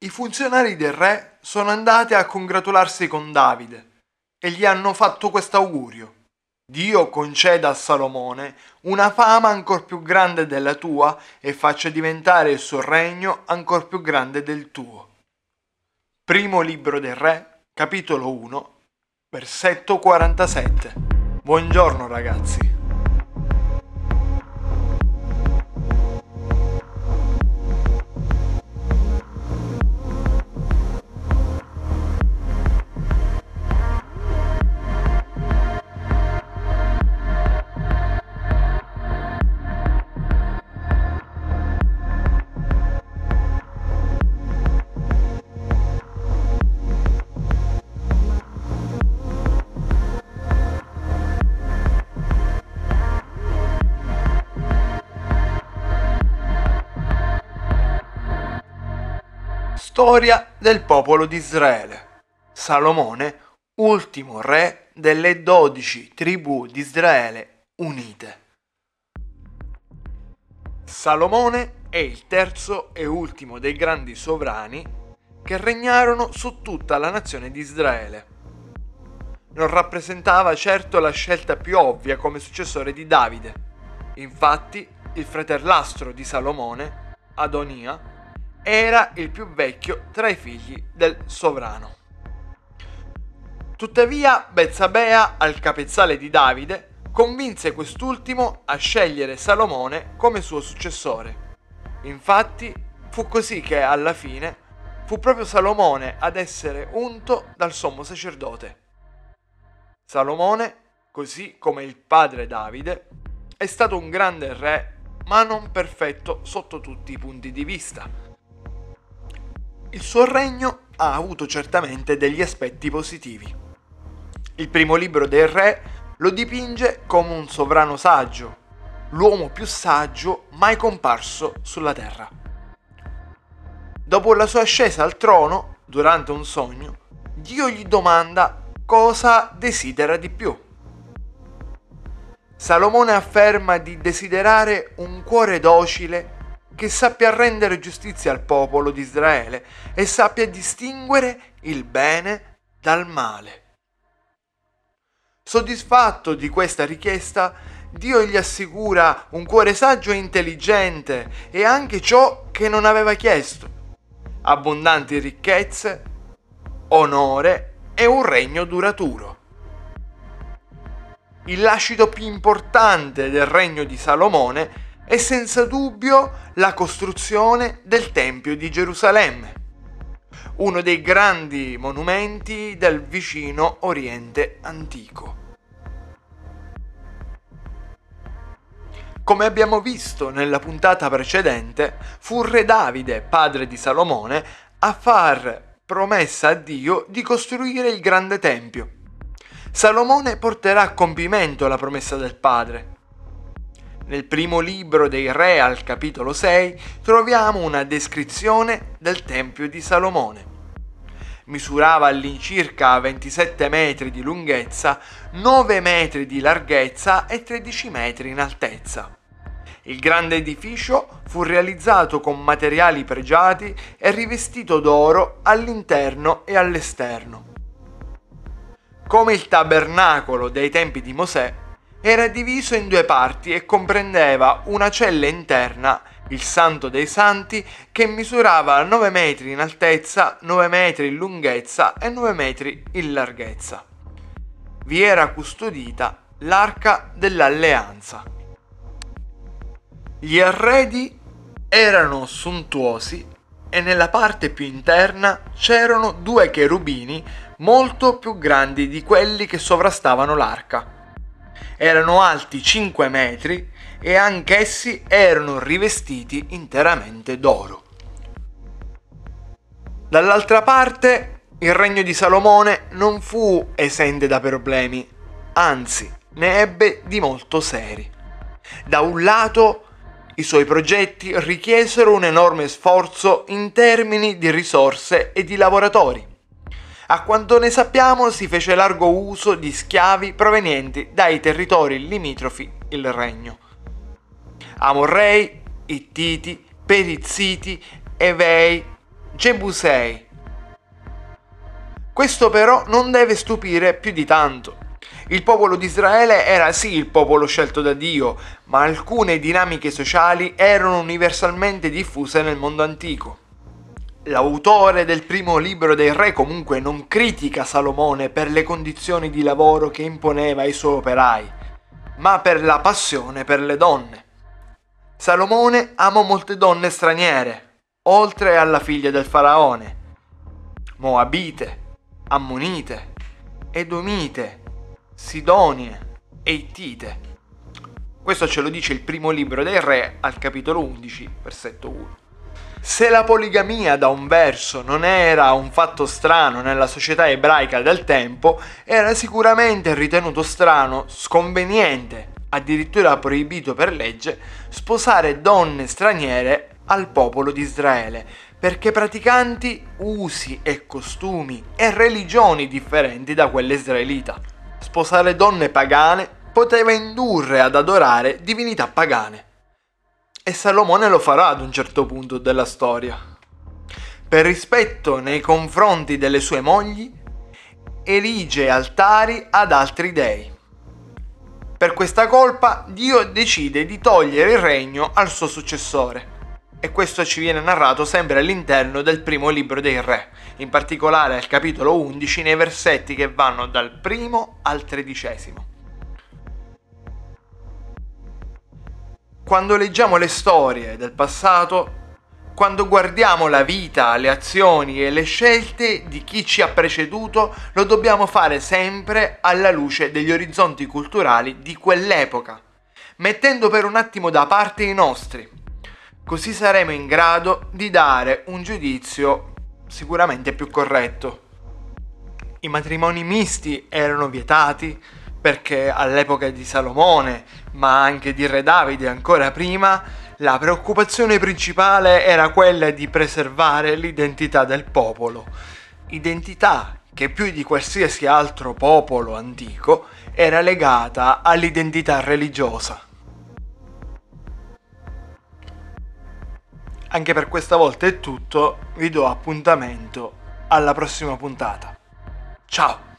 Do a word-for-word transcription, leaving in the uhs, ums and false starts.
I funzionari del re sono andati a congratularsi con Davide e gli hanno fatto questo augurio: Dio conceda a Salomone una fama ancor più grande della tua e faccia diventare il suo regno ancor più grande del tuo. Primo libro del Re, capitolo uno, versetto quarantasette. Buongiorno ragazzi. Storia del popolo di Israele. Salomone, ultimo re delle dodici tribù di Israele unite. Salomone è il terzo e ultimo dei grandi sovrani che regnarono su tutta la nazione di Israele. Non rappresentava certo la scelta più ovvia come successore di Davide. Infatti, il fratellastro di Salomone, Adonia, era il più vecchio tra i figli del sovrano. Tuttavia, Betsabea, al capezzale di Davide, convinse quest'ultimo a scegliere Salomone come suo successore. Infatti, fu così che alla fine fu proprio Salomone ad essere unto dal sommo sacerdote. Salomone, così come il padre Davide, è stato un grande re, ma non perfetto sotto tutti i punti di vista. Il suo regno ha avuto certamente degli aspetti positivi. Il primo libro del re lo dipinge come un sovrano saggio, l'uomo più saggio mai comparso sulla terra. Dopo la sua ascesa al trono, durante un sogno, Dio gli domanda cosa desidera di più. Salomone afferma di desiderare un cuore docile che sappia rendere giustizia al popolo di Israele e sappia distinguere il bene dal male. Soddisfatto di questa richiesta, Dio gli assicura un cuore saggio e intelligente e anche ciò che non aveva chiesto: abbondanti ricchezze, onore e un regno duraturo. Il lascito più importante del regno di Salomone è senza dubbio la costruzione del Tempio di Gerusalemme, uno dei grandi monumenti del vicino Oriente antico. Come abbiamo visto nella puntata precedente, fu re Davide, padre di Salomone, a far promessa a Dio di costruire il grande Tempio. Salomone porterà a compimento la promessa del padre. Nel primo libro dei Re, al capitolo sei, troviamo una descrizione del Tempio di Salomone. Misurava all'incirca ventisette metri di lunghezza, nove metri di larghezza e tredici metri in altezza. Il grande edificio fu realizzato con materiali pregiati e rivestito d'oro all'interno e all'esterno. Come il tabernacolo dei tempi di Mosè, era diviso in due parti e comprendeva una cella interna, il Santo dei Santi, che misurava nove metri in altezza, nove metri in lunghezza e nove metri in larghezza. Vi era custodita l'Arca dell'Alleanza. Gli arredi erano sontuosi e nella parte più interna c'erano due cherubini molto più grandi di quelli che sovrastavano l'arca. Erano alti cinque metri e anch'essi erano rivestiti interamente d'oro. Dall'altra parte, il regno di Salomone non fu esente da problemi, anzi, ne ebbe di molto seri. Da un lato, i suoi progetti richiesero un enorme sforzo in termini di risorse e di lavoratori. A quanto ne sappiamo, si fece largo uso di schiavi provenienti dai territori limitrofi il regno. Amorrei, Ittiti, Perizziti, Evei, Gebusei. Questo però non deve stupire più di tanto. Il popolo di Israele era sì il popolo scelto da Dio, ma alcune dinamiche sociali erano universalmente diffuse nel mondo antico. L'autore del primo libro dei re comunque non critica Salomone per le condizioni di lavoro che imponeva ai suoi operai, ma per la passione per le donne. Salomone amò molte donne straniere, oltre alla figlia del faraone, Moabite, Ammonite, Edomite, Sidonie e Ittite. Questo ce lo dice il primo libro dei re al capitolo undici, versetto uno. Se la poligamia da un verso non era un fatto strano nella società ebraica del tempo, era sicuramente ritenuto strano, sconveniente, addirittura proibito per legge, sposare donne straniere al popolo di Israele, perché praticanti usi e costumi e religioni differenti da quella israelita. Sposare donne pagane poteva indurre ad adorare divinità pagane. E Salomone lo farà ad un certo punto della storia. Per rispetto nei confronti delle sue mogli, erige altari ad altri dei. Per questa colpa Dio decide di togliere il regno al suo successore. E questo ci viene narrato sempre all'interno del primo libro dei re, in particolare al capitolo undici, nei versetti che vanno dal primo al tredicesimo. Quando leggiamo le storie del passato, quando guardiamo la vita, le azioni e le scelte di chi ci ha preceduto, lo dobbiamo fare sempre alla luce degli orizzonti culturali di quell'epoca, mettendo per un attimo da parte i nostri. Così saremo in grado di dare un giudizio sicuramente più corretto. I matrimoni misti erano vietati perché all'epoca di Salomone, ma anche di Re Davide ancora prima, la preoccupazione principale era quella di preservare l'identità del popolo. Identità che più di qualsiasi altro popolo antico era legata all'identità religiosa. Anche per questa volta è tutto, vi do appuntamento alla prossima puntata. Ciao!